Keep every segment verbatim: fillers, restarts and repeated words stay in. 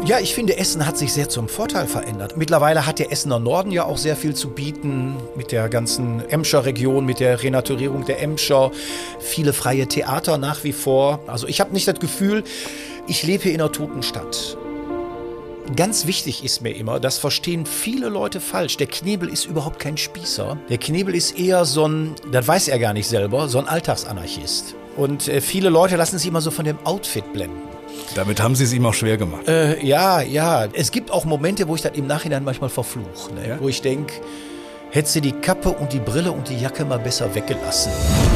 Ja, ich finde, Essen hat sich sehr zum Vorteil verändert. Mittlerweile hat der Essener Norden ja auch sehr viel zu bieten mit der ganzen Emscher Region, mit der Renaturierung der Emscher, viele freie Theater nach wie vor. Also ich habe nicht das Gefühl, ich lebe hier in einer toten Stadt. Ganz wichtig ist mir immer, das verstehen viele Leute falsch, der Knebel ist überhaupt kein Spießer. Der Knebel ist eher so ein, das weiß er gar nicht selber, so ein Alltagsanarchist. Und äh, viele Leute lassen sich immer so von dem Outfit blenden. Damit haben Sie es ihm auch schwer gemacht. Äh, ja, ja. Es gibt auch Momente, wo ich das im Nachhinein manchmal verfluche. Ne? Ja? Wo ich denke, hättest du die Kappe und die Brille und die Jacke mal besser weggelassen.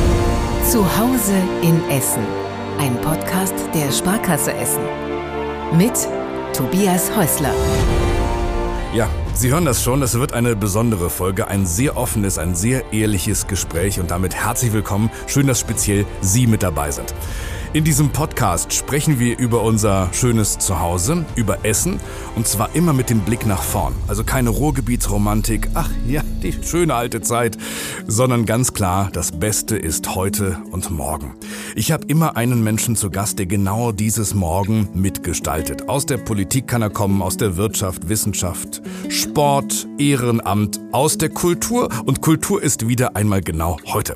Zu Hause in Essen. Ein Podcast der Sparkasse Essen. Mit Tobias Häusler. Ja, Sie hören das schon, das wird eine besondere Folge, ein sehr offenes, ein sehr ehrliches Gespräch und damit herzlich willkommen. Schön, dass speziell Sie mit dabei sind. In diesem Podcast sprechen wir über unser schönes Zuhause, über Essen und zwar immer mit dem Blick nach vorn. Also keine Ruhrgebietsromantik, ach ja, die schöne alte Zeit, sondern ganz klar, das Beste ist heute und morgen. Ich habe immer einen Menschen zu Gast, der genau dieses Morgen mitgestaltet. Aus der Politik kann er kommen, aus der Wirtschaft, Wissenschaft, Sport, Ehrenamt, aus der Kultur und Kultur ist wieder einmal genau heute.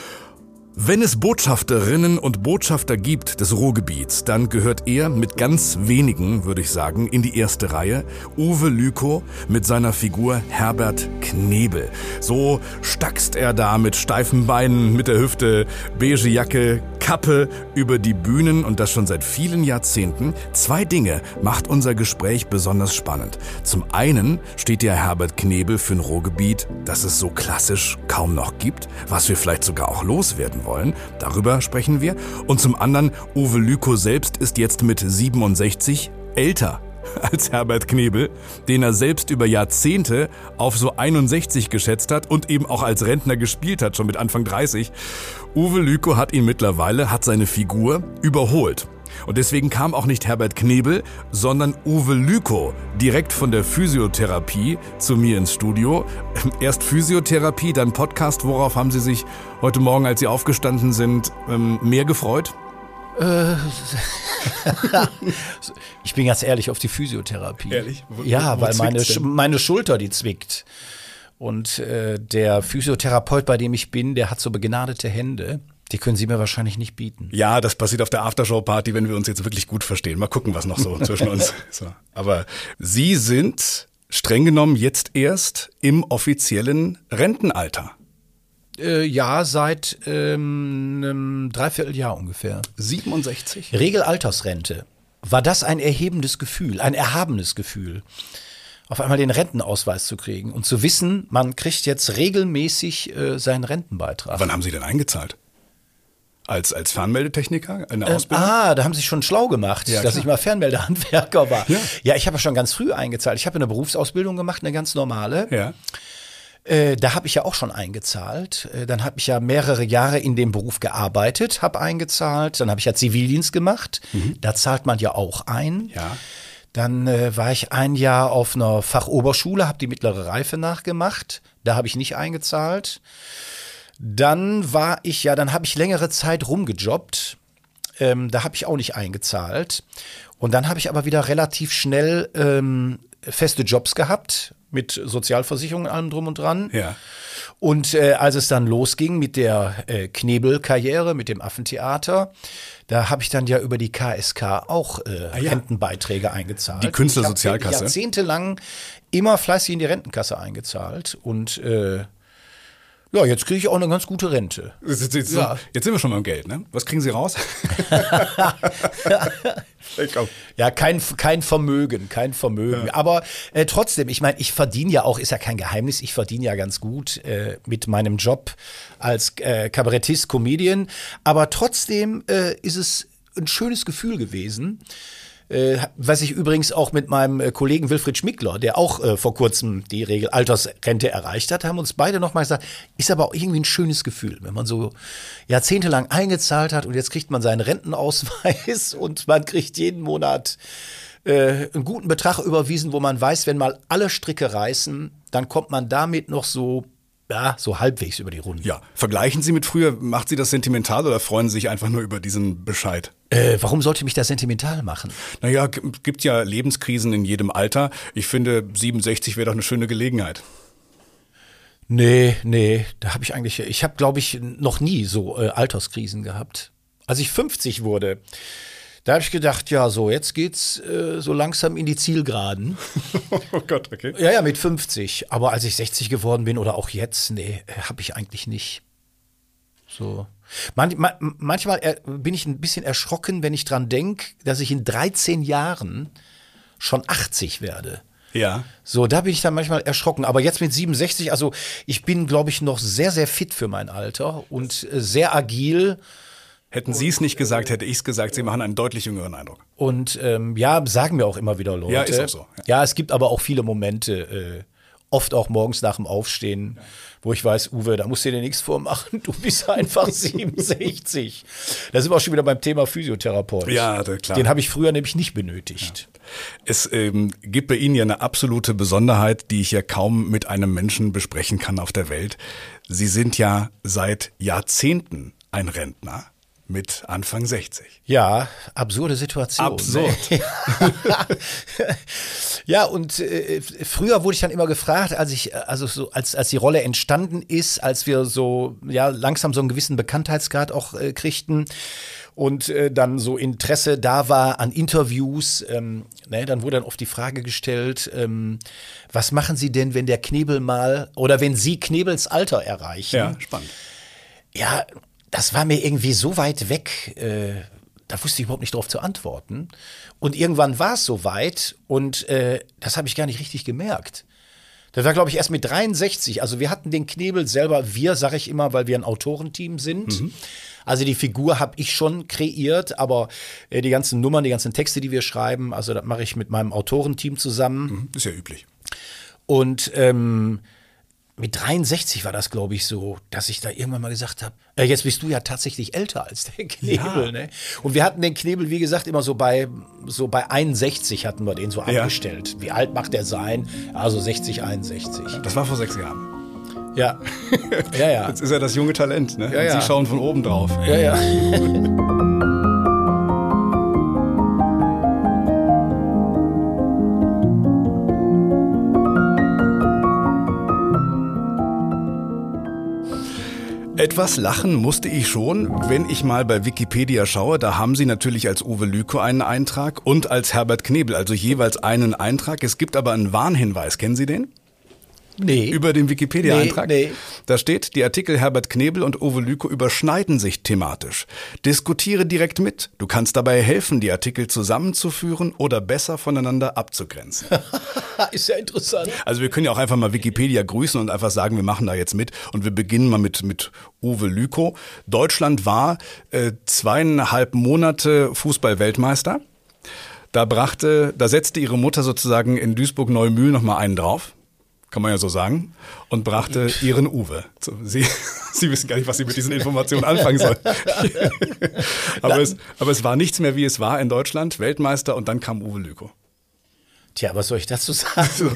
Wenn es Botschafterinnen und Botschafter gibt des Ruhrgebiets, dann gehört er mit ganz wenigen, würde ich sagen, in die erste Reihe. Uwe Lükow mit seiner Figur Herbert Knebel. So stackst er da mit steifen Beinen, mit der Hüfte, beige Jacke, Kappe über die Bühnen und das schon seit vielen Jahrzehnten. Zwei Dinge macht unser Gespräch besonders spannend. Zum einen steht ja Herbert Knebel für ein Ruhrgebiet, das es so klassisch kaum noch gibt, was wir vielleicht sogar auch loswerden wollen. Darüber sprechen wir. Und zum anderen, Uwe Lükow selbst ist jetzt mit siebenundsechzig älter als Herbert Knebel, den er selbst über Jahrzehnte auf so einundsechzig geschätzt hat und eben auch als Rentner gespielt hat, schon mit Anfang dreißig. Uwe Lükow hat ihn mittlerweile, hat seine Figur überholt. Und deswegen kam auch nicht Herbert Knebel, sondern Uwe Lükow direkt von der Physiotherapie zu mir ins Studio. Erst Physiotherapie, dann Podcast. Worauf haben Sie sich heute Morgen, als Sie aufgestanden sind, mehr gefreut? Äh, ich bin ganz ehrlich auf die Physiotherapie. Ehrlich? Wo, ja, wo weil meine, zwickt's denn? meine Schulter, die zwickt. Und äh, der Physiotherapeut, bei dem ich bin, der hat so begnadete Hände. Die können Sie mir wahrscheinlich nicht bieten. Ja, das passiert auf der Aftershow-Party, wenn wir uns jetzt wirklich gut verstehen. Mal gucken, was noch so zwischen uns ist. Aber Sie sind streng genommen jetzt erst im offiziellen Rentenalter. Äh, ja, seit ähm, einem Dreivierteljahr ungefähr. siebenundsechzig? Regelaltersrente. War das ein erhebendes Gefühl, ein erhabenes Gefühl, auf einmal den Rentenausweis zu kriegen und zu wissen, man kriegt jetzt regelmäßig äh, seinen Rentenbeitrag. Wann haben Sie denn eingezahlt? Als, als Fernmeldetechniker eine Ähm, Ausbildung? ah, da haben Sie sich schon schlau gemacht, Ja, dass klar. ich mal Fernmeldehandwerker war. Ja. Ja, ich habe ja schon ganz früh eingezahlt. Ich habe eine Berufsausbildung gemacht, eine ganz normale. Ja. Äh, da habe ich ja auch schon eingezahlt. Äh, dann habe ich ja mehrere Jahre in dem Beruf gearbeitet, habe eingezahlt. Dann habe ich ja Zivildienst gemacht. Mhm. Da zahlt man ja auch ein. Ja. Dann äh, war ich ein Jahr auf einer Fachoberschule, habe die mittlere Reife nachgemacht. Da habe ich nicht eingezahlt. Dann war ich ja, dann habe ich längere Zeit rumgejobbt. Ähm, da habe ich auch nicht eingezahlt. Und dann habe ich aber wieder relativ schnell ähm, feste Jobs gehabt mit Sozialversicherung und allem drum und dran. Ja. Und äh, als es dann losging mit der äh, Knebel-Karriere, mit dem Affentheater, da habe ich dann ja über die K S K auch äh, Ah, ja. Rentenbeiträge eingezahlt. Die Künstlersozialkasse. Ich habe jahrzehntelang immer fleißig in die Rentenkasse eingezahlt. Und äh, ja, jetzt kriege ich auch eine ganz gute Rente. Jetzt, jetzt, Ja. jetzt sind wir schon beim Geld, ne? Was kriegen Sie raus? Ich glaub. Ja, kein, kein Vermögen, kein Vermögen. Ja. Aber äh, trotzdem, ich meine, ich verdiene ja auch, ist ja kein Geheimnis, ich verdiene ja ganz gut äh, mit meinem Job als äh, Kabarettist, Comedian. Aber trotzdem äh, ist es ein schönes Gefühl gewesen. Äh, was ich übrigens auch mit meinem äh, Kollegen Wilfried Schmickler, der auch äh, vor kurzem die Regelaltersrente erreicht hat, haben uns beide nochmal gesagt, ist aber auch irgendwie ein schönes Gefühl, wenn man so jahrzehntelang eingezahlt hat und jetzt kriegt man seinen Rentenausweis und man kriegt jeden Monat äh, einen guten Betrag überwiesen, wo man weiß, wenn mal alle Stricke reißen, dann kommt man damit noch so ja, so halbwegs über die Runden. Ja, vergleichen Sie mit früher, macht Sie das sentimental oder freuen Sie sich einfach nur über diesen Bescheid? Äh, warum sollte mich das sentimental machen? Naja, g- gibt ja Lebenskrisen in jedem Alter. Ich finde, siebenundsechzig wäre doch eine schöne Gelegenheit. Nee, nee, da habe ich eigentlich, ich habe, glaube ich, noch nie so äh, Alterskrisen gehabt. Als ich fünfzig wurde, da habe ich gedacht, ja, so, jetzt geht's äh, so langsam in die Zielgeraden. Oh Gott, okay. Ja, ja, mit fünfzig. Aber als ich sechzig geworden bin oder auch jetzt, nee, habe ich eigentlich nicht. So. Man, man, manchmal er, bin ich ein bisschen erschrocken, wenn ich dran denke, dass ich in dreizehn Jahren schon achtzig werde. Ja. So, da bin ich dann manchmal erschrocken. Aber jetzt mit siebenundsechzig, also ich bin, glaube ich, noch sehr, sehr fit für mein Alter und äh, sehr agil. Hätten Sie es nicht gesagt, hätte ich es gesagt. Sie machen einen deutlich jüngeren Eindruck. Und ähm, ja, sagen mir auch immer wieder Leute. Ja, ist auch so. Ja, ja es gibt aber auch viele Momente, äh, oft auch morgens nach dem Aufstehen, wo ich weiß, Uwe, da musst du dir nichts vormachen, du bist einfach siebenundsechzig. Da sind wir auch schon wieder beim Thema Physiotherapeut. Ja, klar. Den habe ich früher nämlich nicht benötigt. Ja. Es ähm, gibt bei Ihnen ja eine absolute Besonderheit, die ich ja kaum mit einem Menschen besprechen kann auf der Welt. Sie sind ja seit Jahrzehnten ein Rentner. Mit Anfang sechzig. Ja, absurde Situation. Absurd. Ne? Ja, und äh, früher wurde ich dann immer gefragt, als ich, also so, als, als die Rolle entstanden ist, als wir so, ja, langsam so einen gewissen Bekanntheitsgrad auch äh, kriegten und äh, dann so Interesse da war an Interviews, ähm, ne, dann wurde dann oft die Frage gestellt, ähm, was machen Sie denn, wenn der Knebel mal, oder wenn Sie Knebels Alter erreichen? Ja, spannend. Ja, das war mir irgendwie so weit weg, äh, da wusste ich überhaupt nicht drauf zu antworten. Und irgendwann war es soweit und äh, das habe ich gar nicht richtig gemerkt. Das war, glaube ich, erst mit dreiundsechzig. Also wir hatten den Knebel selber, wir, sage ich immer, weil wir ein Autorenteam sind. Mhm. Also die Figur habe ich schon kreiert, aber äh, die ganzen Nummern, die ganzen Texte, die wir schreiben, also das mache ich mit meinem Autorenteam zusammen. Mhm, ist ja üblich. Und ähm, mit dreiundsechzig war das, glaube ich, so, dass ich da irgendwann mal gesagt habe, äh, jetzt bist du ja tatsächlich älter als der Knebel. Ja. Ne? Und wir hatten den Knebel, wie gesagt, immer so bei, so bei einundsechzig hatten wir den so ja. abgestellt. Wie alt macht der sein? Also sechzig, einundsechzig. Das war vor sechs Jahren. Ja. ja, ja. Jetzt ist er das junge Talent, ne? Ja, ja. Sie schauen von oben drauf. Ja, ja. Etwas lachen musste ich schon, wenn ich mal bei Wikipedia schaue. Da haben Sie natürlich als Uwe Lüko einen Eintrag und als Herbert Knebel, also jeweils einen Eintrag. Es gibt aber einen Warnhinweis. Kennen Sie den? Nee. Über den Wikipedia-Eintrag? Nee, nee. Da steht, die Artikel Herbert Knebel und Uwe Lüko überschneiden sich thematisch. Diskutiere direkt mit. Du kannst dabei helfen, die Artikel zusammenzuführen oder besser voneinander abzugrenzen. Ist ja interessant. Also wir können ja auch einfach mal Wikipedia grüßen und einfach sagen, wir machen da jetzt mit. Und wir beginnen mal mit, mit Uwe Lüko. Deutschland war äh, zweieinhalb Monate Fußball-Weltmeister. Da brachte, da setzte ihre Mutter sozusagen in Duisburg-Neumühl noch mal einen drauf. Kann man ja so sagen, und brachte ihren Uwe. Sie, Sie wissen gar nicht, was Sie mit diesen Informationen anfangen sollen. aber, es, aber es war nichts mehr, wie es war in Deutschland, Weltmeister, und dann kam Uwe Lüko. Tja, was soll ich dazu sagen?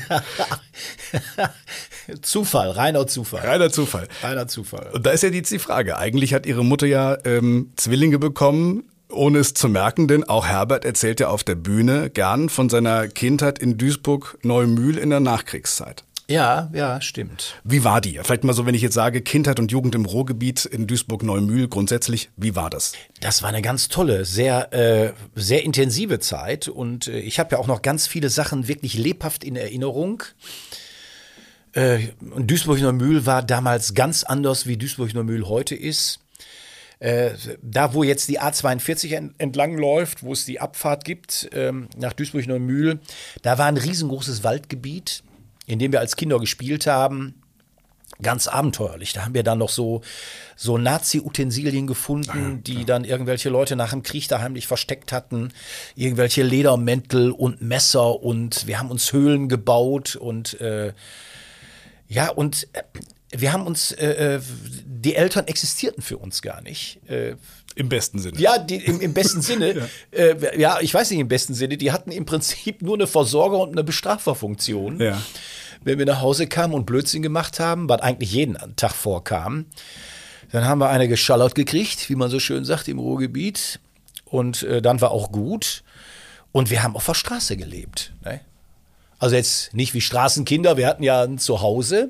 Zufall, reiner Zufall. Reiner Zufall. Reiner Zufall. Und da ist ja jetzt die Frage, eigentlich hat ihre Mutter ja ähm, Zwillinge bekommen, ohne es zu merken, denn auch Herbert erzählt ja auf der Bühne gern von seiner Kindheit in Duisburg-Neumühl in der Nachkriegszeit. Ja, ja, stimmt. Wie war die? Vielleicht mal so, wenn ich jetzt sage, Kindheit und Jugend im Ruhrgebiet in Duisburg-Neumühl grundsätzlich, wie war das? Das war eine ganz tolle, sehr, äh, sehr intensive Zeit und äh, ich habe ja auch noch ganz viele Sachen wirklich lebhaft in Erinnerung. Äh, Duisburg-Neumühl war damals ganz anders, wie Duisburg-Neumühl heute ist. Äh, da, wo jetzt die A zweiundvierzig ent- entlang läuft, wo es die Abfahrt gibt, ähm, nach Duisburg-Neumühl, da war ein riesengroßes Waldgebiet, in dem wir als Kinder gespielt haben. Ganz abenteuerlich. Da haben wir dann noch so, so Nazi-Utensilien gefunden, die ja. dann irgendwelche Leute nach dem Krieg da heimlich versteckt hatten. Irgendwelche Ledermäntel und Messer und wir haben uns Höhlen gebaut und äh, ja, und äh, wir haben uns, äh, die Eltern existierten für uns gar nicht. Äh, Im besten Sinne. Ja, die, im, im besten Sinne. ja. Äh, ja, ich weiß nicht im besten Sinne. Die hatten im Prinzip nur eine Versorger- und eine Bestraferfunktion. Ja. wenn wir nach Hause kamen und Blödsinn gemacht haben, was eigentlich jeden Tag vorkam, dann haben wir eine geschallert gekriegt, wie man so schön sagt im Ruhrgebiet. Und äh, dann war auch gut. Und wir haben auf der Straße gelebt. Ne? Also jetzt nicht wie Straßenkinder, wir hatten ja ein Zuhause.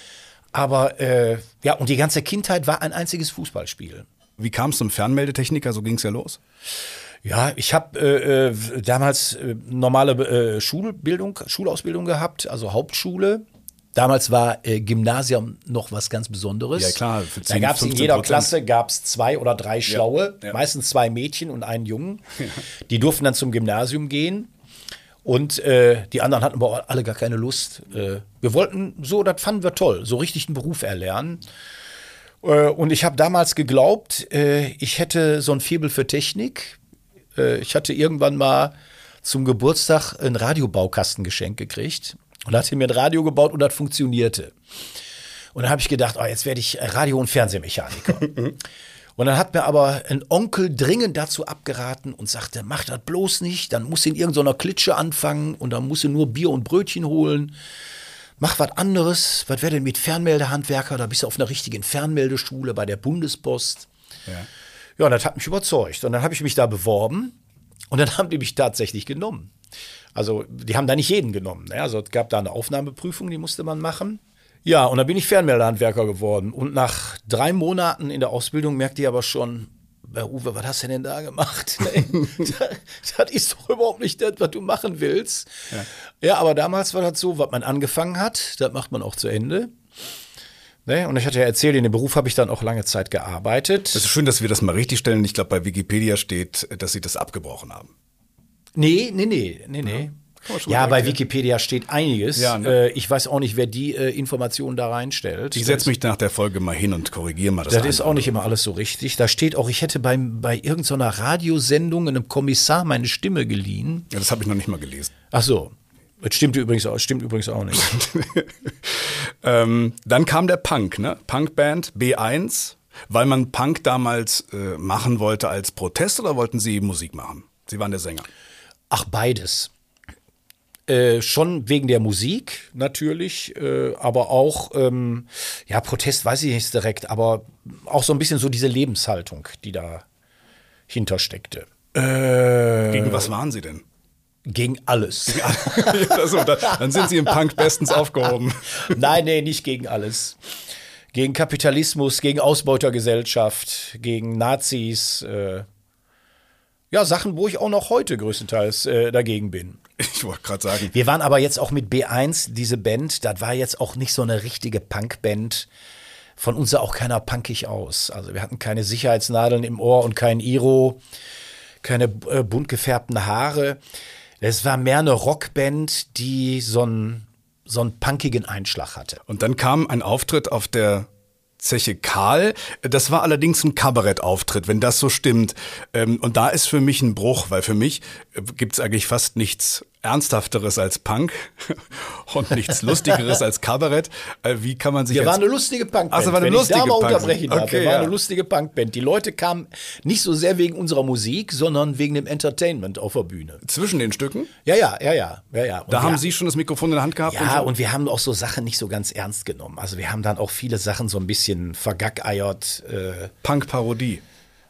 Aber äh, ja, und die ganze Kindheit war ein einziges Fußballspiel. Wie kam es zum Fernmeldetechniker? So ging es ja los. Ja, ich habe äh, damals äh, normale äh, Schulbildung, Schulausbildung gehabt, also Hauptschule. Damals war äh, Gymnasium noch was ganz Besonderes. Ja klar. Für zehn, da gab es in jeder Prozent. Klasse gab's zwei oder drei Schlaue, ja, ja. meistens zwei Mädchen und einen Jungen. Ja. Die durften dann zum Gymnasium gehen. Und äh, die anderen hatten aber alle gar keine Lust. Äh, wir wollten so, das fanden wir toll, so richtig einen Beruf erlernen. Äh, und ich habe damals geglaubt, äh, ich hätte so ein Faible für Technik. Äh, ich hatte irgendwann mal zum Geburtstag ein Radiobaukastengeschenk gekriegt. Und da hat er mir ein Radio gebaut und das funktionierte. Und dann habe ich gedacht, oh, jetzt werde ich Radio- und Fernsehmechaniker. Und dann hat mir aber ein Onkel dringend dazu abgeraten und sagte, mach das bloß nicht, dann musst du in irgendeiner Klitsche anfangen und dann musst du nur Bier und Brötchen holen. Mach was anderes, was wäre denn mit Fernmeldehandwerker, da bist du auf einer richtigen Fernmeldeschule bei der Bundespost. Ja, ja, und das hat mich überzeugt. Und dann habe ich mich da beworben und dann haben die mich tatsächlich genommen. Also die haben da nicht jeden genommen. Ne? Also es gab da eine Aufnahmeprüfung, die musste man machen. Ja, und dann bin ich Fernmeldehandwerker geworden. Und nach drei Monaten in der Ausbildung merkte ich aber schon, bei Uwe, was hast du denn da gemacht? Nee, das, das ist doch überhaupt nicht das, was du machen willst. Ja. Ja, aber damals war das so, was man angefangen hat, das macht man auch zu Ende. Ne? Und ich hatte ja erzählt, in dem Beruf habe ich dann auch lange Zeit gearbeitet. Es ist schön, dass wir das mal richtig stellen. Ich glaube, bei Wikipedia steht, dass Sie das abgebrochen haben. Nee, nee, nee, nee, nee. Ja, ja bei Wikipedia steht einiges. Ja, ne? äh, ich weiß auch nicht, wer die äh, Informationen da reinstellt. Ich setze mich nach der Folge mal hin und korrigiere mal das. Das ist auch nicht immer alles so richtig. Da steht auch, ich hätte beim, bei irgendeiner Radiosendung einem Kommissar meine Stimme geliehen. Ja, das habe ich noch nicht mal gelesen. Ach so. Das stimmt übrigens auch, stimmt übrigens auch nicht. ähm, dann kam der Punk, ne? Punkband B eins, weil man Punk damals äh, machen wollte als Protest oder wollten Sie Musik machen? Sie waren der Sänger. Ach, beides. Äh, schon wegen der Musik natürlich, äh, aber auch, ähm, ja, Protest weiß ich nicht direkt, aber auch so ein bisschen so diese Lebenshaltung, die da hintersteckte. Äh, Gegen was waren Sie denn? Gegen alles. also, dann sind Sie im Punk bestens aufgehoben. Nein, nee, nicht gegen alles. Gegen Kapitalismus, gegen Ausbeutergesellschaft, gegen Nazis, äh, ja, Sachen, wo ich auch noch heute größtenteils äh, dagegen bin. Ich wollte gerade sagen. Wir waren aber jetzt auch mit B eins, diese Band, das war jetzt auch nicht so eine richtige Punkband. Von uns sah auch keiner punkig aus. Also wir hatten keine Sicherheitsnadeln im Ohr und kein Iro, keine äh, bunt gefärbten Haare. Es war mehr eine Rockband, die so einen, so einen punkigen Einschlag hatte. Und dann kam ein Auftritt auf der Zeche Karl. Das war allerdings ein Kabarettauftritt, wenn das so stimmt. Und da ist für mich ein Bruch, weil für mich gibt es eigentlich fast nichts Ernsthafteres als Punk und nichts Lustigeres als Kabarett. Wie kann man sich Wir als waren eine lustige Punkband. Also war eine wenn lustige ich da mal Punk unterbrechen darf. okay, Wir waren ja. eine lustige Punkband. Die Leute kamen nicht so sehr wegen unserer Musik, sondern wegen dem Entertainment auf der Bühne. Zwischen den Stücken? Ja, ja, ja, ja. ja, ja. Da haben Sie schon das Mikrofon in der Hand gehabt? Ja, und, so? und wir haben auch so Sachen nicht so ganz ernst genommen. Also wir haben dann auch viele Sachen so ein bisschen vergackeiert. Äh, Punk-Parodie?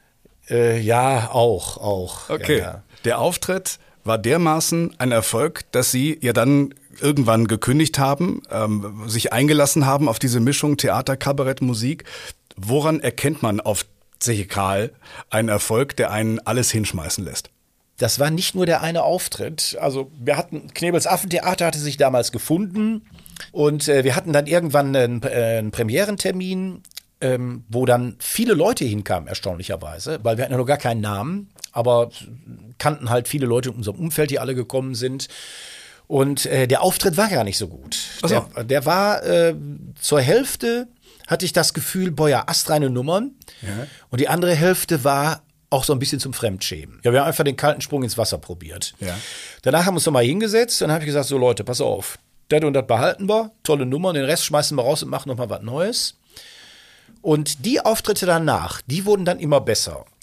Äh, ja, auch, auch. Okay, ja, ja. Der Auftritt war dermaßen ein Erfolg, dass Sie ja dann irgendwann gekündigt haben, ähm, sich eingelassen haben auf diese Mischung Theater, Kabarett, Musik. Woran erkennt man auf Zeche Karl einen Erfolg, der einen alles hinschmeißen lässt? Das war nicht nur der eine Auftritt. Also wir hatten, Knebels Affentheater hatte sich damals gefunden und äh, wir hatten dann irgendwann einen, äh, einen Premierentermin, ähm, wo dann viele Leute hinkamen, erstaunlicherweise, weil wir hatten ja noch gar keinen Namen, aber kannten halt viele Leute in unserem Umfeld, die alle gekommen sind. Und äh, der Auftritt war gar nicht so gut. Ach so. Der, der war äh, zur Hälfte, hatte ich das Gefühl, boah ja, astreine Nummern. Ja. Und die andere Hälfte war auch so ein bisschen zum Fremdschämen. Ja, wir haben einfach den kalten Sprung ins Wasser probiert. Ja. Danach haben wir uns nochmal hingesetzt und dann habe ich gesagt, so Leute, pass auf, das und das behalten wir, tolle Nummern, den Rest schmeißen wir raus und machen nochmal was Neues. Und die Auftritte danach, die wurden dann immer besser.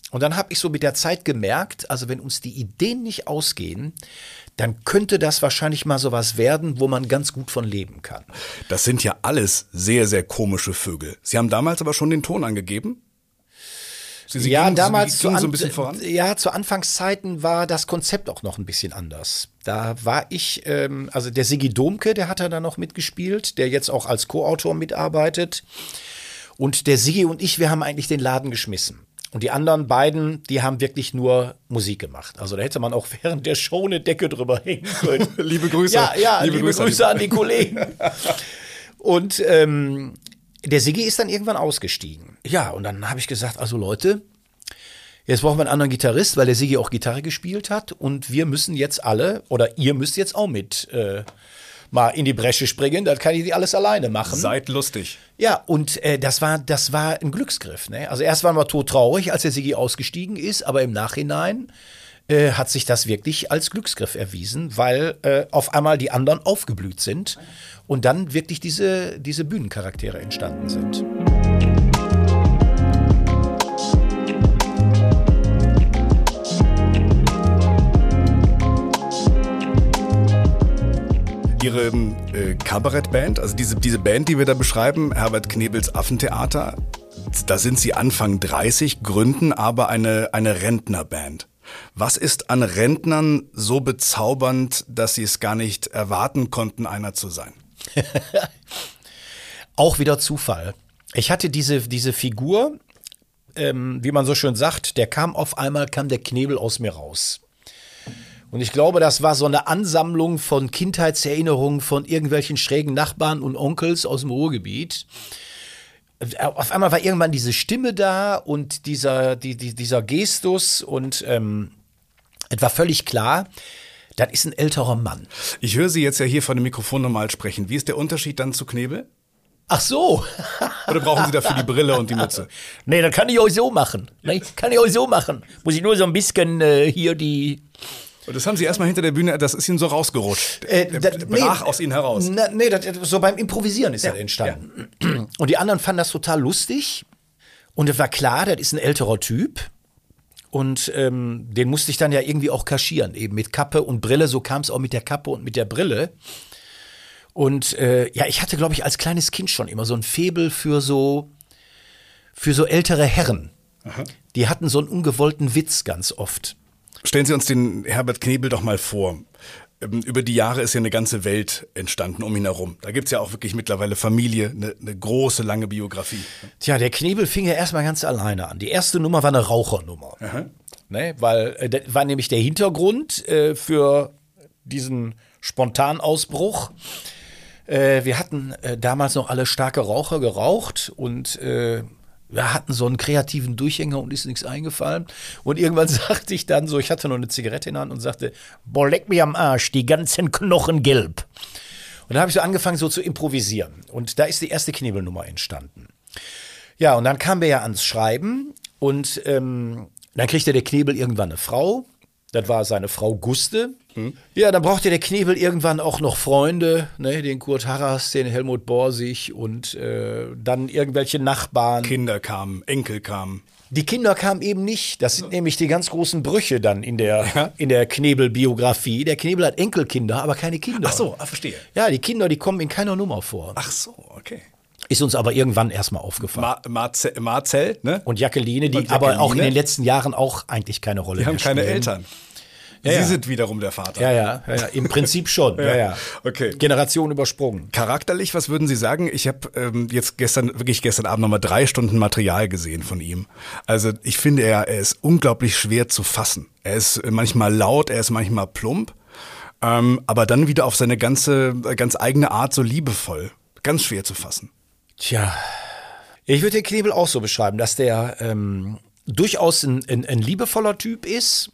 Und dann habe ich so mit der Zeit gemerkt, also wenn uns die Ideen nicht ausgehen, dann könnte das wahrscheinlich mal sowas werden, wo man ganz gut von leben kann. Das sind ja alles sehr, sehr komische Vögel. Sie haben damals aber schon den Ton angegeben? Sie, Sie ja, gingen, damals Sie zu, gingen so an, ein bisschen voran? Ja, zu Anfangszeiten war das Konzept auch noch ein bisschen anders. Da war ich, ähm, also der Sigi Domke, der hat da noch mitgespielt, der jetzt auch als Co-Autor mitarbeitet. Und der Sigi und ich, wir haben eigentlich den Laden geschmissen. Und die anderen beiden, die haben wirklich nur Musik gemacht. Also da hätte man auch während der Show eine Decke drüber hängen können. Liebe Grüße. Ja, ja, liebe, liebe Grüße, Grüße an die Kollegen. Und ähm, der Sigi ist dann irgendwann ausgestiegen. Ja, und dann habe ich gesagt, also Leute, jetzt brauchen wir einen anderen Gitarrist, weil der Sigi auch Gitarre gespielt hat. Und wir müssen jetzt alle, oder ihr müsst jetzt auch mit äh, mal in die Bresche springen. Das kann ich nicht alles alleine machen. Seid lustig. Ja, und äh, das war das war ein Glücksgriff. Ne? Also erst waren wir todtraurig, als der Sigi ausgestiegen ist, aber im Nachhinein äh, hat sich das wirklich als Glücksgriff erwiesen, weil äh, auf einmal die anderen aufgeblüht sind und dann wirklich diese, diese Bühnencharaktere entstanden sind. Ihre äh, Kabarettband, also diese, diese Band, die wir da beschreiben, Herbert Knebels Affentheater, da sind Sie Anfang dreißig, gründen aber eine, eine Rentnerband. Was ist an Rentnern so bezaubernd, dass Sie es gar nicht erwarten konnten, einer zu sein? Auch wieder Zufall. Ich hatte diese, diese Figur, ähm, wie man so schön sagt, der kam auf einmal, kam der Knebel aus mir raus. Und ich glaube, das war so eine Ansammlung von Kindheitserinnerungen von irgendwelchen schrägen Nachbarn und Onkels aus dem Ruhrgebiet. Auf einmal war irgendwann diese Stimme da und dieser, die, die, dieser Gestus und ähm, es war völlig klar, das ist ein älterer Mann. Ich höre Sie jetzt ja hier vor dem Mikrofon normal sprechen. Wie ist der Unterschied dann zu Knebel? Ach so. Oder brauchen Sie dafür die Brille und die Mütze? Nee, das kann ich euch so machen. Nee, kann ich euch so machen. Muss ich nur so ein bisschen äh, hier die... Und das haben Sie erstmal hinter der Bühne, das ist Ihnen so rausgerutscht. Äh, der brach nee, aus Ihnen heraus. Na, nee, das, so beim Improvisieren ist ja, das entstanden. Ja. Und die anderen fanden das total lustig. Und es war klar, das ist ein älterer Typ. Und ähm, den musste ich dann ja irgendwie auch kaschieren, eben mit Kappe und Brille. So kam es auch mit der Kappe und mit der Brille. Und äh, ja, ich hatte, glaube ich, als kleines Kind schon immer so ein Faible für so, für so ältere Herren. Aha. Die hatten so einen ungewollten Witz ganz oft. Stellen Sie uns den Herbert Knebel doch mal vor. Über die Jahre ist ja eine ganze Welt entstanden um ihn herum. Da gibt's ja auch wirklich mittlerweile Familie, eine, eine große, lange Biografie. Tja, der Knebel fing ja erstmal ganz alleine an. Die erste Nummer war eine Rauchernummer. Ne, weil äh, das war nämlich der Hintergrund äh, für diesen Spontanausbruch. Äh, wir hatten äh, damals noch alle starke Raucher geraucht und äh, wir hatten so einen kreativen Durchhänger und ist nichts eingefallen. Und irgendwann sagte ich dann so, ich hatte noch eine Zigarette in der Hand und sagte, boah, leck mir am Arsch, die ganzen Knochen gelb. Und da habe ich so angefangen so zu improvisieren. Und da ist die erste Knebelnummer entstanden. Ja, und dann kamen wir ja ans Schreiben und ähm, dann kriegte der Knebel irgendwann eine Frau. Das war seine Frau Guste. Hm. Ja, dann brauchte der Knebel irgendwann auch noch Freunde, ne, den Kurt Harras, den Helmut Borsig und äh, dann irgendwelche Nachbarn. Kinder kamen, Enkel kamen. Die Kinder kamen eben nicht. Das sind nämlich die ganz großen Brüche dann in der, ja. in der Knebel-Biografie. Der Knebel hat Enkelkinder, aber keine Kinder. Ach so, ah, verstehe. Ja, die Kinder, die kommen in keiner Nummer vor. Ach so, okay. Ist uns aber irgendwann erstmal aufgefallen. Mar- Marze- Marcel, ne? Und Jacqueline, die Und Jacqueline. aber auch in den letzten Jahren auch eigentlich keine Rolle die mehr haben keine spielen. Eltern. Ja, Sie ja. sind wiederum der Vater. Ja, ja, ja, ja. Im Prinzip schon. ja, ja. Okay. Generation übersprungen. Charakterlich, was würden Sie sagen? Ich habe ähm, jetzt gestern, wirklich gestern Abend nochmal drei Stunden Material gesehen von ihm. Also ich finde, er, er ist unglaublich schwer zu fassen. Er ist manchmal laut, er ist manchmal plump, ähm, aber dann wieder auf seine ganze, ganz eigene Art so liebevoll. Ganz schwer zu fassen. Tja, ich würde den Knebel auch so beschreiben, dass der ähm, durchaus ein, ein, ein liebevoller Typ ist.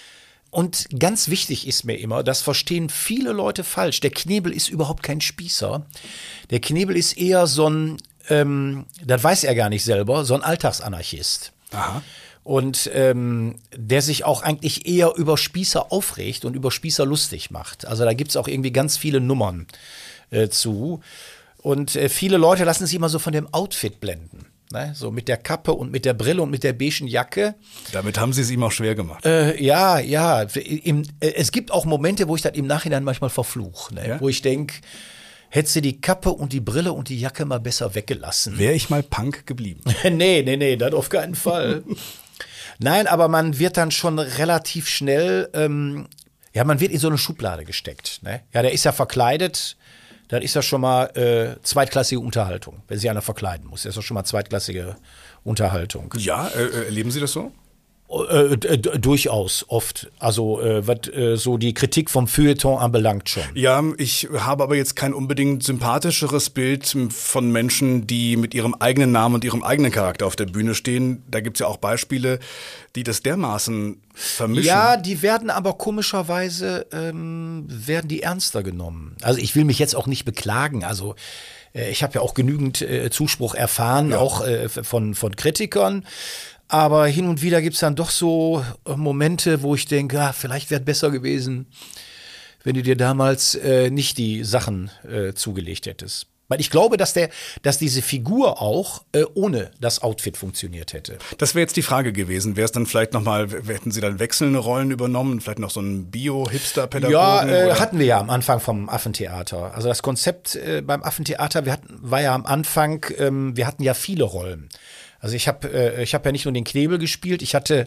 Und ganz wichtig ist mir immer, das verstehen viele Leute falsch, der Knebel ist überhaupt kein Spießer. Der Knebel ist eher so ein, ähm, das weiß er gar nicht selber, so ein Alltagsanarchist. Aha. Und ähm, der sich auch eigentlich eher über Spießer aufregt und über Spießer lustig macht. Also da gibt's auch irgendwie ganz viele Nummern äh, zu. Und äh, viele Leute lassen sich immer so von dem Outfit blenden. Ne? So mit der Kappe und mit der Brille und mit der beigen Jacke. Damit haben Sie es ihm auch schwer gemacht. Äh, ja, ja. Im, äh, es gibt auch Momente, wo ich das im Nachhinein manchmal verfluche. Ne? Ja? Wo ich denke, hättest du die Kappe und die Brille und die Jacke mal besser weggelassen. Wäre ich mal Punk geblieben? nee, nee, nee, das auf keinen Fall. Nein, aber man wird dann schon relativ schnell, ähm, ja, man wird in so eine Schublade gesteckt. Ne? Ja, der ist ja verkleidet. Dann ist das schon mal äh, zweitklassige Unterhaltung, wenn sich einer verkleiden muss. Das ist doch schon mal zweitklassige Unterhaltung. Ja, äh, erleben Sie das so? Äh, d- d- durchaus, oft. Also äh, was äh, so die Kritik vom Feuilleton anbelangt schon. Ja, ich habe aber jetzt kein unbedingt sympathischeres Bild von Menschen, die mit ihrem eigenen Namen und ihrem eigenen Charakter auf der Bühne stehen. Da gibt es ja auch Beispiele, die das dermaßen vermischen. Ja, die werden aber komischerweise, ähm, werden die ernster genommen. Also ich will mich jetzt auch nicht beklagen, also äh, ich habe ja auch genügend äh, Zuspruch erfahren, Ja. auch äh, von, von Kritikern, aber hin und wieder gibt es dann doch so äh, Momente, wo ich denke, ah, vielleicht wäre es besser gewesen, wenn du dir damals äh, nicht die Sachen äh, zugelegt hättest. Weil ich glaube, dass, der, dass diese Figur auch äh, ohne das Outfit funktioniert hätte. Das wäre jetzt die Frage gewesen. Wäre es dann vielleicht nochmal, hätten Sie dann wechselnde Rollen übernommen? Vielleicht noch so einen Bio-Hipster-Pädagogen? Ja, äh, oder? hatten wir ja am Anfang vom Affentheater. Also das Konzept äh, beim Affentheater, wir hatten, war ja am Anfang, ähm, wir hatten ja viele Rollen. Also ich habe äh, ich hab ja nicht nur den Knebel gespielt, ich hatte,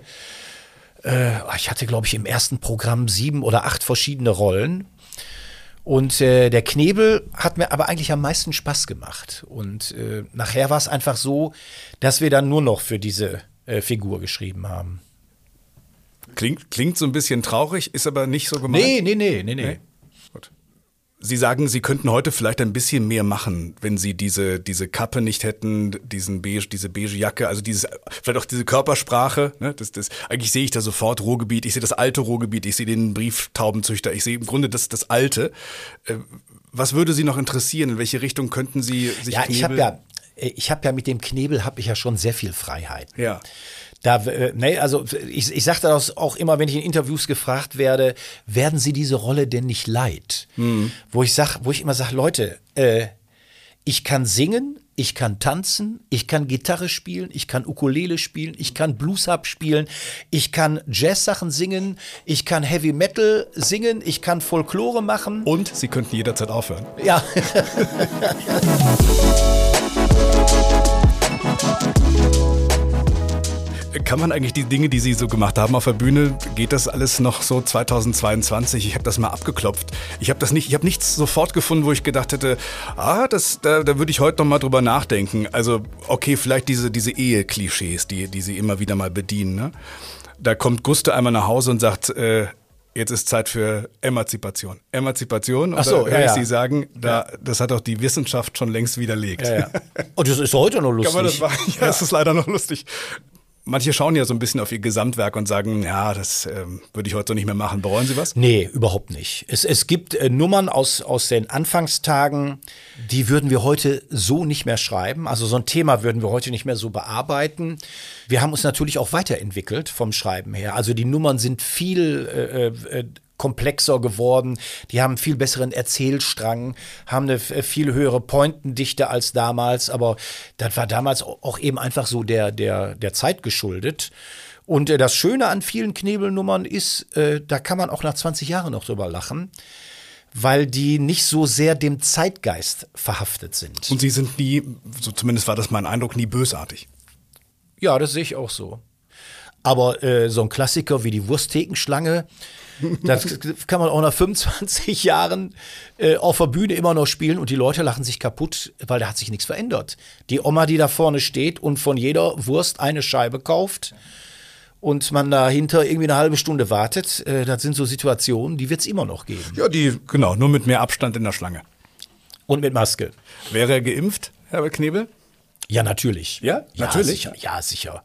äh, ich hatte glaube ich im ersten Programm sieben oder acht verschiedene Rollen. Und äh, der Knebel hat mir aber eigentlich am meisten Spaß gemacht. Und äh, nachher war es einfach so, dass wir dann nur noch für diese äh, Figur geschrieben haben. Klingt, klingt so ein bisschen traurig, ist aber nicht so gemeint. Nee, nee, nee, nee, nee. Nee? Gut. Sie sagen, Sie könnten heute vielleicht ein bisschen mehr machen, wenn Sie diese, diese Kappe nicht hätten, diesen beige, diese beige Jacke, also dieses, vielleicht auch diese Körpersprache. Ne? Das, das, eigentlich sehe ich da sofort Ruhrgebiet, ich sehe das alte Ruhrgebiet, ich sehe den Brieftaubenzüchter, ich sehe im Grunde das, das Alte. Äh, was würde Sie noch interessieren? In welche Richtung könnten Sie sich Ja, ich habe knebeln? ja, ich habe ja mit dem Knebel habe ich ja schon sehr viel Freiheit. Ja. Da, äh, nee, also ich, ich sage das auch immer, wenn ich in Interviews gefragt werde, werden Sie diese Rolle denn nicht leid? Mhm. Wo ich sag, wo ich immer sage, Leute, äh, ich kann singen, ich kann tanzen, ich kann Gitarre spielen, ich kann Ukulele spielen, ich kann Bluesharp spielen, ich kann Jazz-Sachen singen, ich kann Heavy Metal singen, ich kann Folklore machen. Und Sie könnten jederzeit aufhören. Ja. Kann man eigentlich die Dinge, die Sie so gemacht haben auf der Bühne, geht das alles noch so zweitausendzweiundzwanzig? Ich habe das mal abgeklopft. Ich habe das nicht, ich habe nichts sofort gefunden, wo ich gedacht hätte, ah, das, da, da würde ich heute noch mal drüber nachdenken. Also okay, vielleicht diese, diese Ehe-Klischees, die, die Sie immer wieder mal bedienen. Ne? Da kommt Guste einmal nach Hause und sagt, äh, jetzt ist Zeit für Emanzipation. Emanzipation, und Ach so, da ja, höre ich ja. Sie sagen, da, das hat auch die Wissenschaft schon längst widerlegt. Ja, ja. Und das ist heute noch lustig. Kann man das machen? Ja, das ist leider noch lustig. Manche schauen ja so ein bisschen auf ihr Gesamtwerk und sagen, ja, das ähm, würde ich heute so nicht mehr machen. Bereuen Sie was? Nee, überhaupt nicht. Es, es gibt äh, Nummern aus, aus den Anfangstagen, die würden wir heute so nicht mehr schreiben. Also so ein Thema würden wir heute nicht mehr so bearbeiten. Wir haben uns natürlich auch weiterentwickelt vom Schreiben her. Also die Nummern sind viel äh, äh, komplexer geworden, die haben einen viel besseren Erzählstrang, haben eine viel höhere Pointendichte als damals, aber das war damals auch eben einfach so der, der, der Zeit geschuldet. Und äh, das Schöne an vielen Knebelnummern ist, äh, da kann man auch nach zwanzig Jahren noch drüber lachen, weil die nicht so sehr dem Zeitgeist verhaftet sind. Und Sie sind nie, so zumindest war das mein Eindruck, nie bösartig. Ja, das sehe ich auch so. Aber äh, so ein Klassiker wie die Wurstthekenschlange, das kann man auch nach fünfundzwanzig Jahren äh, auf der Bühne immer noch spielen und die Leute lachen sich kaputt, weil da hat sich nichts verändert. Die Oma, die da vorne steht und von jeder Wurst eine Scheibe kauft und man dahinter irgendwie eine halbe Stunde wartet, äh, das sind so Situationen, die wird es immer noch geben. Ja, die, genau, nur mit mehr Abstand in der Schlange. Und mit Maske. Wäre er geimpft, Herbert Knebel? Ja, natürlich. Ja, natürlich. Sicher. Ja, sicher.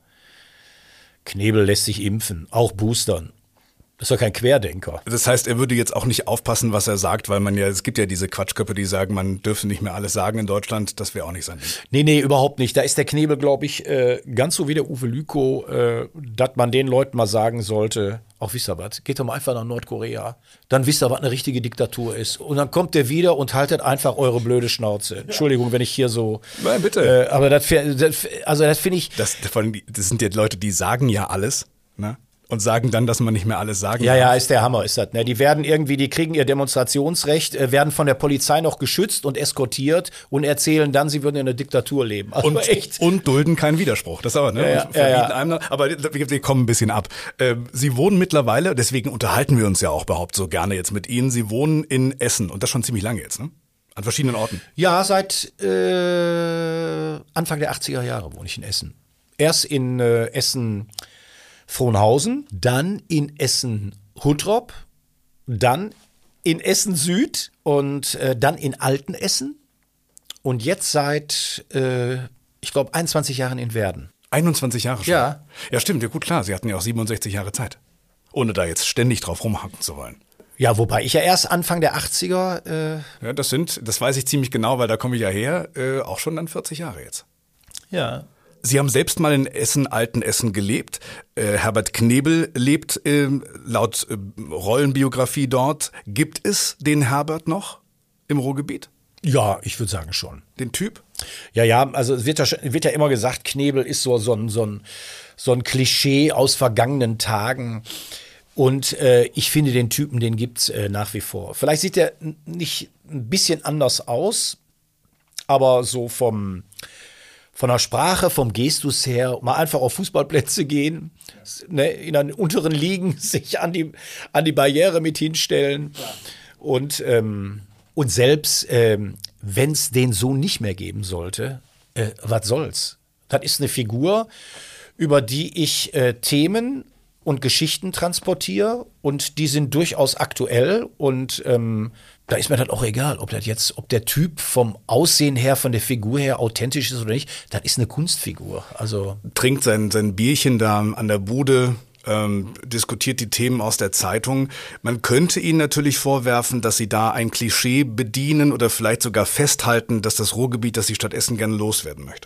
Knebel lässt sich impfen, auch boostern. Das ist doch kein Querdenker. Das heißt, er würde jetzt auch nicht aufpassen, was er sagt, weil man ja, es gibt ja diese Quatschköpfe, die sagen, man dürfe nicht mehr alles sagen in Deutschland. Das wäre auch nicht sein Ding. Nee, nee, überhaupt nicht. Da ist der Knebel, glaube ich, äh, ganz so wie der Uwe Lükow, äh, dass man den Leuten mal sagen sollte, Auch wisst ihr was, geht doch mal einfach nach Nordkorea. Dann wisst ihr, was eine richtige Diktatur ist. Und dann kommt der wieder und haltet einfach eure blöde Schnauze. Entschuldigung, wenn ich hier so... Nein, bitte. Äh, aber das, das also das finde ich... Das, das sind ja Leute, die sagen ja alles, ne? Und sagen dann, dass man nicht mehr alles sagen Ja, darf. ja, ist der Hammer, ist das. Ne? Die werden irgendwie, die kriegen ihr Demonstrationsrecht, äh, werden von der Polizei noch geschützt und eskortiert und erzählen dann, sie würden in einer Diktatur leben. Also Und, echt. und dulden keinen Widerspruch. Das aber, ne? Ja, ja, Und verbieten ja, ja. einem noch, aber wir, wir kommen ein bisschen ab. Ähm, Sie wohnen mittlerweile, deswegen unterhalten wir uns ja auch überhaupt so gerne jetzt mit Ihnen. Sie wohnen in Essen und das schon ziemlich lange jetzt, ne? An verschiedenen Orten. Ja, seit äh, Anfang der achtziger Jahre wohne ich in Essen. Erst in äh, Essen Frohnhausen, dann in Essen Huttrop, dann in Essen Süd und äh, dann in Altenessen und jetzt seit, äh, ich glaube, einundzwanzig Jahren in Werden. einundzwanzig Jahre schon. Ja. Ja, stimmt. Ja, gut, klar. Sie hatten ja auch siebenundsechzig Jahre Zeit. Ohne da jetzt ständig drauf rumhacken zu wollen. Ja, wobei ich ja erst Anfang der achtziger, äh, Ja, das sind, das weiß ich ziemlich genau, weil da komme ich ja her, äh, auch schon dann vierzig Jahre jetzt. ja. Sie haben selbst mal in Essen, Altenessen gelebt. Äh, Herbert Knebel lebt äh, laut äh, Rollenbiografie dort. Gibt es den Herbert noch im Ruhrgebiet? Ja, ich würde sagen schon. Den Typ? Ja, ja, also es wird ja, schon- wird ja immer gesagt, Knebel ist so, so, ein, so, ein, so ein Klischee aus vergangenen Tagen. Und äh, ich finde, den Typen, den gibt's äh, nach wie vor. Vielleicht sieht er n- nicht ein bisschen anders aus, aber so vom, von der Sprache, vom Gestus her, mal einfach auf Fußballplätze gehen, s- ne, in den unteren Ligen sich an die, an die Barriere mit hinstellen. Und, ähm, und selbst, ähm, wenn es den so nicht mehr geben sollte, äh, was soll's? Das ist eine Figur, über die ich äh, Themen und Geschichten transportiere und die sind durchaus aktuell und ähm, da ist mir das auch egal, ob das jetzt, ob der Typ vom Aussehen her, von der Figur her authentisch ist oder nicht. Das ist eine Kunstfigur. Also Trinkt sein, sein Bierchen da an der Bude, ähm, diskutiert die Themen aus der Zeitung. Man könnte Ihnen natürlich vorwerfen, dass Sie da ein Klischee bedienen oder vielleicht sogar festhalten, dass das Ruhrgebiet, das die Stadt Essen gerne loswerden möchte.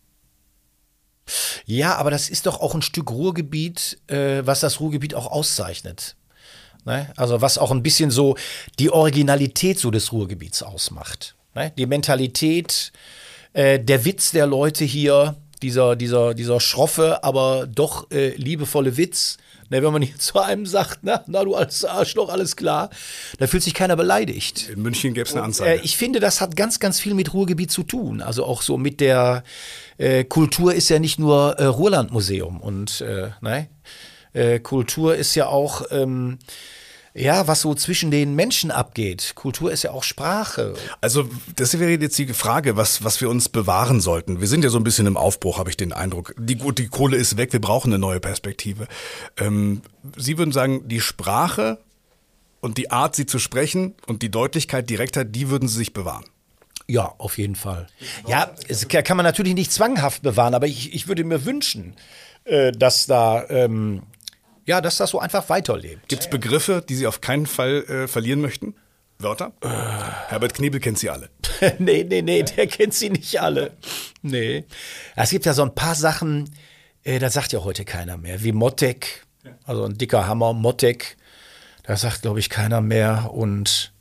ja, aber das ist doch auch ein Stück Ruhrgebiet, äh, was das Ruhrgebiet auch auszeichnet. Ne? Also was auch ein bisschen so die Originalität so des Ruhrgebiets ausmacht. Ne? Die Mentalität, äh, der Witz der Leute hier, dieser, dieser, dieser schroffe, aber doch äh, liebevolle Witz. Ne, wenn man hier zu einem sagt, na, na du als Arschloch, alles klar, da fühlt sich keiner beleidigt. In München gäbe es eine Äh, Anzeige. ich finde, das hat ganz, ganz viel mit Ruhrgebiet zu tun. Also auch so mit der äh, Kultur ist ja nicht nur äh, Ruhrlandmuseum und äh, ne? äh, Kultur ist ja auch ähm, ja, was so zwischen den Menschen abgeht. Kultur ist ja auch Sprache. Also das wäre jetzt die Frage, was, was wir uns bewahren sollten. Wir sind ja so ein bisschen im Aufbruch, habe ich den Eindruck. Die, die Kohle ist weg, wir brauchen eine neue Perspektive. Ähm, Sie würden sagen, die Sprache und die Art, sie zu sprechen und die Deutlichkeit, Direktheit, die würden Sie sich bewahren. Ja, auf jeden Fall. Ja, es kann man natürlich nicht zwanghaft bewahren, aber ich, ich würde mir wünschen, äh, dass da ähm, ja, dass das so einfach weiterlebt. Gibt es Begriffe, die Sie auf keinen Fall äh, verlieren möchten? Wörter? Äh. Herbert Knebel kennt Sie alle. nee, nee, nee, der kennt sie nicht alle. Nee. Es gibt ja so ein paar Sachen, äh, das sagt ja heute keiner mehr. Wie Mottek, also ein dicker Hammer, Mottek. Das sagt, glaube ich, keiner mehr. Und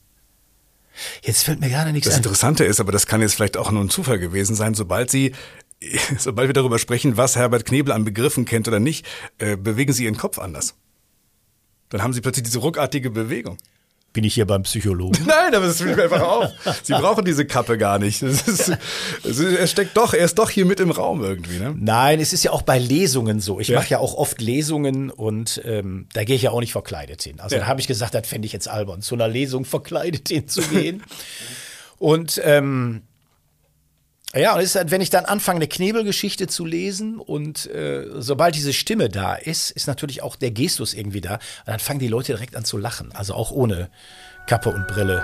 jetzt fällt mir gerade nichts Das ein. Interessante ist, aber das kann jetzt vielleicht auch nur ein Zufall gewesen sein, sobald Sie, sobald wir darüber sprechen, was Herbert Knebel an Begriffen kennt oder nicht, äh, bewegen Sie Ihren Kopf anders. Dann haben Sie plötzlich diese ruckartige Bewegung. Bin ich hier beim Psychologen? Nein, aber das fällt mir einfach auf. Sie brauchen diese Kappe gar nicht. Das ist, das ist, er steckt doch, er ist doch hier mit im Raum irgendwie, ne? Nein, es ist ja auch bei Lesungen so. Ich Ja. mache ja auch oft Lesungen und ähm, da gehe ich ja auch nicht verkleidet hin. Also Ja. da habe ich gesagt, das fände ich jetzt albern, zu einer Lesung verkleidet hinzugehen. und ähm, ja, und es ist, halt, wenn ich dann anfange, eine Knebelgeschichte zu lesen und äh, sobald diese Stimme da ist, ist natürlich auch der Gestus irgendwie da. Und dann fangen die Leute direkt an zu lachen, also auch ohne Kappe und Brille.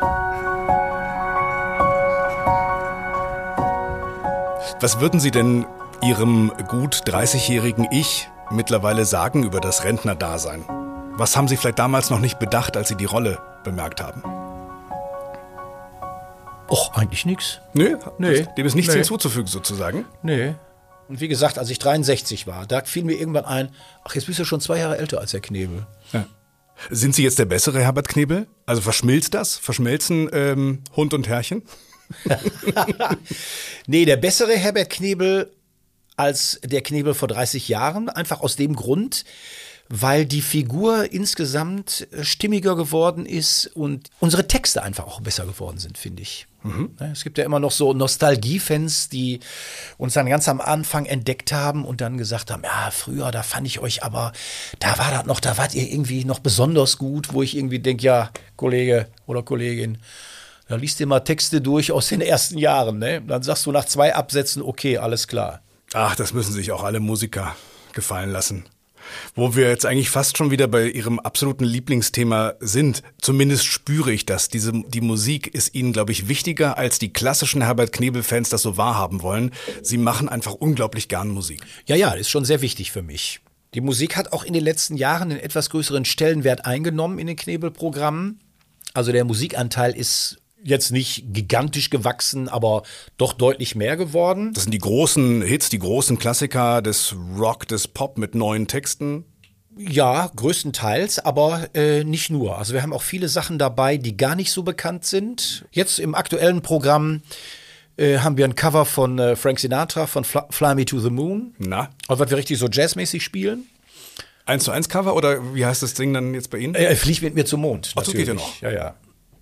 Was würden Sie denn Ihrem gut dreißigjährigen Ich mittlerweile sagen über das Rentnerdasein? Was haben Sie vielleicht damals noch nicht bedacht, als Sie die Rolle bemerkt haben? Och, eigentlich nix. Nö, Nee. dem ist nichts Nee. hinzuzufügen sozusagen. Nee. Und wie gesagt, als ich dreiundsechzig war, da fiel mir irgendwann ein, ach, jetzt bist du schon zwei Jahre älter als der Knebel. Ja. Sind Sie jetzt der bessere Herbert Knebel? Also verschmilzt das? Verschmelzen ähm, Hund und Herrchen? Nee, der bessere Herbert Knebel als der Knebel vor dreißig Jahren. Einfach aus dem Grund, weil die Figur insgesamt stimmiger geworden ist und unsere Texte einfach auch besser geworden sind, finde ich. Mhm. Es gibt ja immer noch so Nostalgie-Fans, die uns dann ganz am Anfang entdeckt haben und dann gesagt haben, ja, früher, da fand ich euch aber, da war das noch, da wart ihr irgendwie noch besonders gut, wo ich irgendwie denke, ja, Kollege oder Kollegin, da liest ihr mal Texte durch aus den ersten Jahren, ne? Dann sagst du nach zwei Absätzen, okay, alles klar. Ach, das müssen sich auch alle Musiker gefallen lassen. Wo wir jetzt eigentlich fast schon wieder bei Ihrem absoluten Lieblingsthema sind. Zumindest spüre ich das. Diese, die Musik ist Ihnen, glaube ich, wichtiger, als die klassischen Herbert Knebel-Fans das so wahrhaben wollen. Sie machen einfach unglaublich gern Musik. Ja, ja, das ist schon sehr wichtig für mich. Die Musik hat auch in den letzten Jahren einen etwas größeren Stellenwert eingenommen in den Knebel-Programmen. Also der Musikanteil ist jetzt nicht gigantisch gewachsen, aber doch deutlich mehr geworden. Das sind die großen Hits, die großen Klassiker des Rock, des Pop mit neuen Texten. Ja, größtenteils, aber äh, nicht nur. Also wir haben auch viele Sachen dabei, die gar nicht so bekannt sind. Jetzt im aktuellen Programm äh, haben wir ein Cover von äh, Frank Sinatra von Fly, Fly Me to the Moon. Na? Also was wir richtig so jazzmäßig spielen. Eins zu eins Cover oder wie heißt das Ding dann jetzt bei Ihnen? Äh, Flieg mit mir zum Mond. Ach, so geht ja noch. Ja, ja.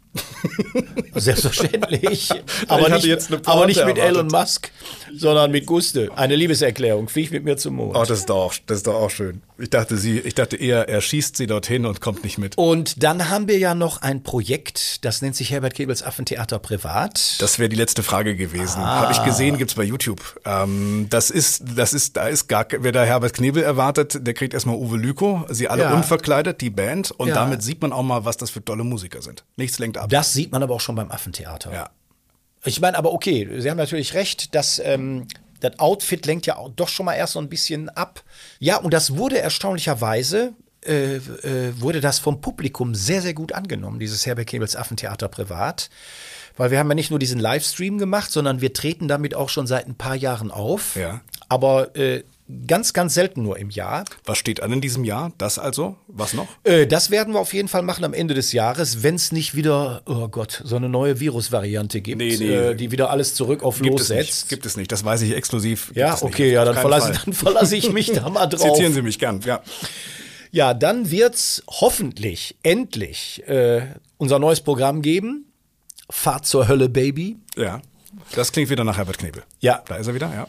Selbstverständlich. aber, nicht, jetzt eine aber nicht mit erwartet. Elon Musk, sondern mit Guste. Eine Liebeserklärung. Flieg mit mir zum Mond. Oh, das ist doch auch, das ist doch auch schön. Ich dachte, sie, ich dachte eher, er schießt sie dorthin und kommt nicht mit. Und dann haben wir ja noch ein Projekt, das nennt sich Herbert Knebels Affentheater Privat. Das wäre die letzte Frage gewesen. Ah. Habe ich gesehen, gibt's bei YouTube. Ähm, das ist, das ist, da ist gar, wer da Herbert Knebel erwartet, der kriegt erstmal Uwe Lüko, sie alle Ja. unverkleidet, die Band. Und Ja. damit sieht man auch mal, was das für tolle Musiker sind. Nichts lenkt ab. Das sieht man aber auch schon beim Affentheater. Ja. Ich meine, aber okay, Sie haben natürlich recht, dass ähm, das Outfit lenkt ja auch doch schon mal erst so ein bisschen ab. Ja, und das wurde erstaunlicherweise, äh, äh, wurde das vom Publikum sehr, sehr gut angenommen, dieses Herbert Knebels Affentheater Privat. Weil wir haben ja nicht nur diesen Livestream gemacht, sondern wir treten damit auch schon seit ein paar Jahren auf. Ja. Aber äh, ganz, ganz selten nur im Jahr. Was steht an in diesem Jahr? Das also? Was noch? Äh, das werden wir auf jeden Fall machen am Ende des Jahres, wenn es nicht wieder, oh Gott, so eine neue Virusvariante gibt, Nee, nee. Äh, die wieder alles zurück auf Gibt Los es nicht. setzt. Gibt es nicht. Das weiß ich exklusiv. Gibt Ja, es nicht. okay, ja, Auf dann keinen verlasse, Fall. dann verlasse ich mich da mal drauf. Zitieren Sie mich gern, ja. Ja, dann wird's hoffentlich endlich äh, unser neues Programm geben. Fahrt zur Hölle, Baby. Ja. Das klingt wieder nach Herbert Knebel. Ja. Da ist er wieder, ja.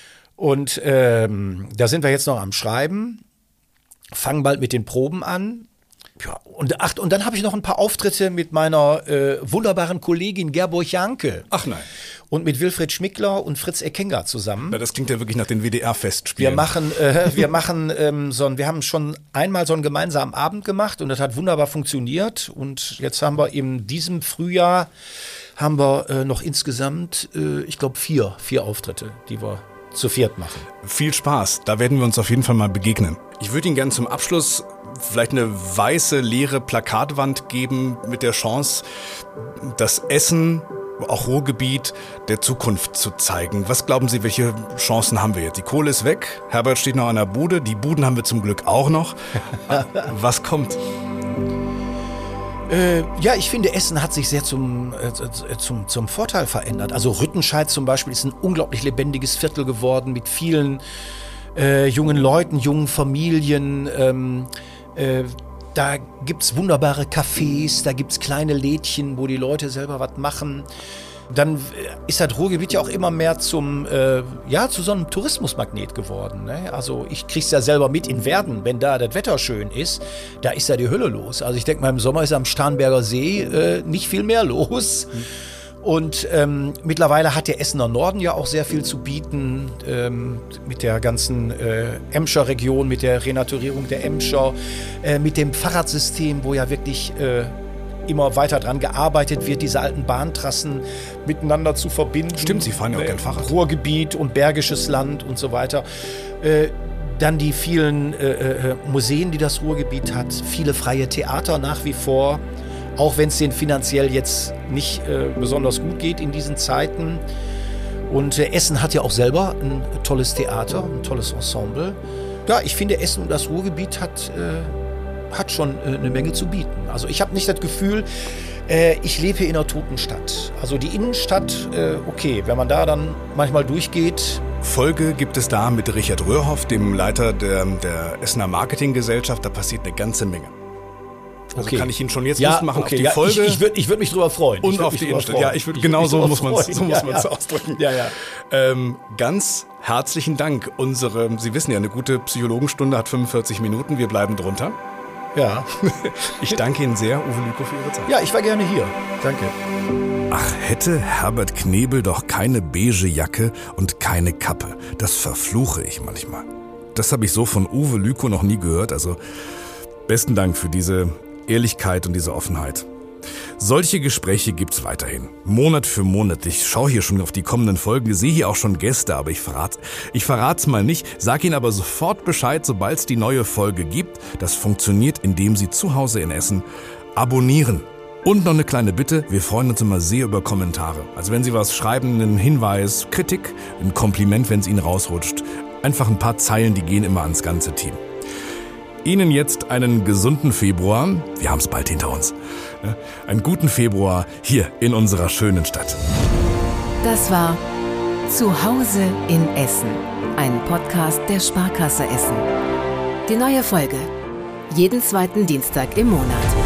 Und ähm, da sind wir jetzt noch am Schreiben, fangen bald mit den Proben an. Ja, und, ach, und dann habe ich noch ein paar Auftritte mit meiner äh, wunderbaren Kollegin Gerborg Janke. Ach nein. Und mit Wilfried Schmickler und Fritz Eckenga zusammen. Ja, das klingt ja wirklich nach den W D R-Festspielen. Wir machen, äh, wir machen ähm, so ein, wir haben schon einmal so einen gemeinsamen Abend gemacht und das hat wunderbar funktioniert. Und jetzt haben wir in diesem Frühjahr haben wir äh, noch insgesamt, äh, ich glaube, vier, vier Auftritte, die wir zu viert machen. Viel Spaß. Da werden wir uns auf jeden Fall mal begegnen. Ich würde Ihnen gerne zum Abschluss vielleicht eine weiße, leere Plakatwand geben mit der Chance, das Essen, auch Ruhrgebiet, der Zukunft zu zeigen. Was glauben Sie, welche Chancen haben wir jetzt? Die Kohle ist weg, Herbert steht noch an der Bude, die Buden haben wir zum Glück auch noch. Was kommt? Äh, ja, ich finde, Essen hat sich sehr zum, äh, zum, zum Vorteil verändert. Also Rüttenscheid zum Beispiel ist ein unglaublich lebendiges Viertel geworden mit vielen äh, jungen Leuten, jungen Familien. Ähm, äh, da gibt's wunderbare Cafés, da gibt's kleine Lädchen, wo die Leute selber was machen. Dann ist das Ruhrgebiet ja auch immer mehr zum, äh, ja, zu so einem Tourismusmagnet geworden. Ne? Also ich krieg's ja selber mit in Werden, wenn da das Wetter schön ist, da ist ja die Hölle los. Also ich denke mal, im Sommer ist am Starnberger See äh, nicht viel mehr los. Mhm. Und ähm, mittlerweile hat der Essener Norden ja auch sehr viel zu bieten, ähm, mit der ganzen äh, Emscher Region, mit der Renaturierung der Emscher, äh, mit dem Fahrradsystem, wo ja wirklich äh, immer weiter dran gearbeitet wird, diese alten Bahntrassen miteinander zu verbinden. Stimmt, Sie fahren ja auch gern Fahrrad. Ruhrgebiet und Bergisches Land und so weiter. Äh, dann die vielen äh, äh, Museen, die das Ruhrgebiet hat, viele freie Theater nach wie vor, auch wenn es denen finanziell jetzt nicht äh, besonders gut geht in diesen Zeiten. Und äh, Essen hat ja auch selber ein tolles Theater, ein tolles Ensemble. Ja, ich finde, Essen und das Ruhrgebiet hat äh, hat schon äh, eine Menge zu bieten. Also ich habe nicht das Gefühl, äh, ich lebe in einer toten Stadt. Also die Innenstadt, äh, okay, wenn man da dann manchmal durchgeht. Folge gibt es da mit Richard Röhrhoff, dem Leiter der, der Essener Marketinggesellschaft. Da passiert eine ganze Menge. Also okay. kann ich Ihnen schon jetzt ja, Lust machen okay. auf die ja, Folge. Ich, ich würde ich würd mich drüber freuen. Und auf die Innenstadt. Ja, ich würde genau so muss man es so muss man es ausdrücken. Ja, ja. Ähm, ganz herzlichen Dank. Unsere, Sie wissen ja, eine gute Psychologenstunde hat fünfundvierzig Minuten. Wir bleiben drunter. Ja. Ich danke Ihnen sehr, Uwe Lükow, für Ihre Zeit. Ja, ich war gerne hier. Danke. Ach, hätte Herbert Knebel doch keine beige Jacke und keine Kappe. Das verfluche ich manchmal. Das habe ich so von Uwe Lükow noch nie gehört. Also besten Dank für diese Ehrlichkeit und diese Offenheit. Solche Gespräche gibt's weiterhin. Monat für Monat. Ich schaue hier schon auf die kommenden Folgen, sehe hier auch schon Gäste, aber ich verrate ich verrat's mal nicht, sag Ihnen aber sofort Bescheid, sobald es die neue Folge gibt. Das funktioniert, indem Sie zu Hause in Essen abonnieren. Und noch eine kleine Bitte, wir freuen uns immer sehr über Kommentare. Also wenn Sie was schreiben, einen Hinweis, Kritik, ein Kompliment, wenn es Ihnen rausrutscht, einfach ein paar Zeilen, die gehen immer ans ganze Team. Ihnen jetzt einen gesunden Februar. Wir haben es bald hinter uns. Einen guten Februar hier in unserer schönen Stadt. Das war Zuhause in Essen, ein Podcast der Sparkasse Essen. Die neue Folge. Jeden zweiten Dienstag im Monat.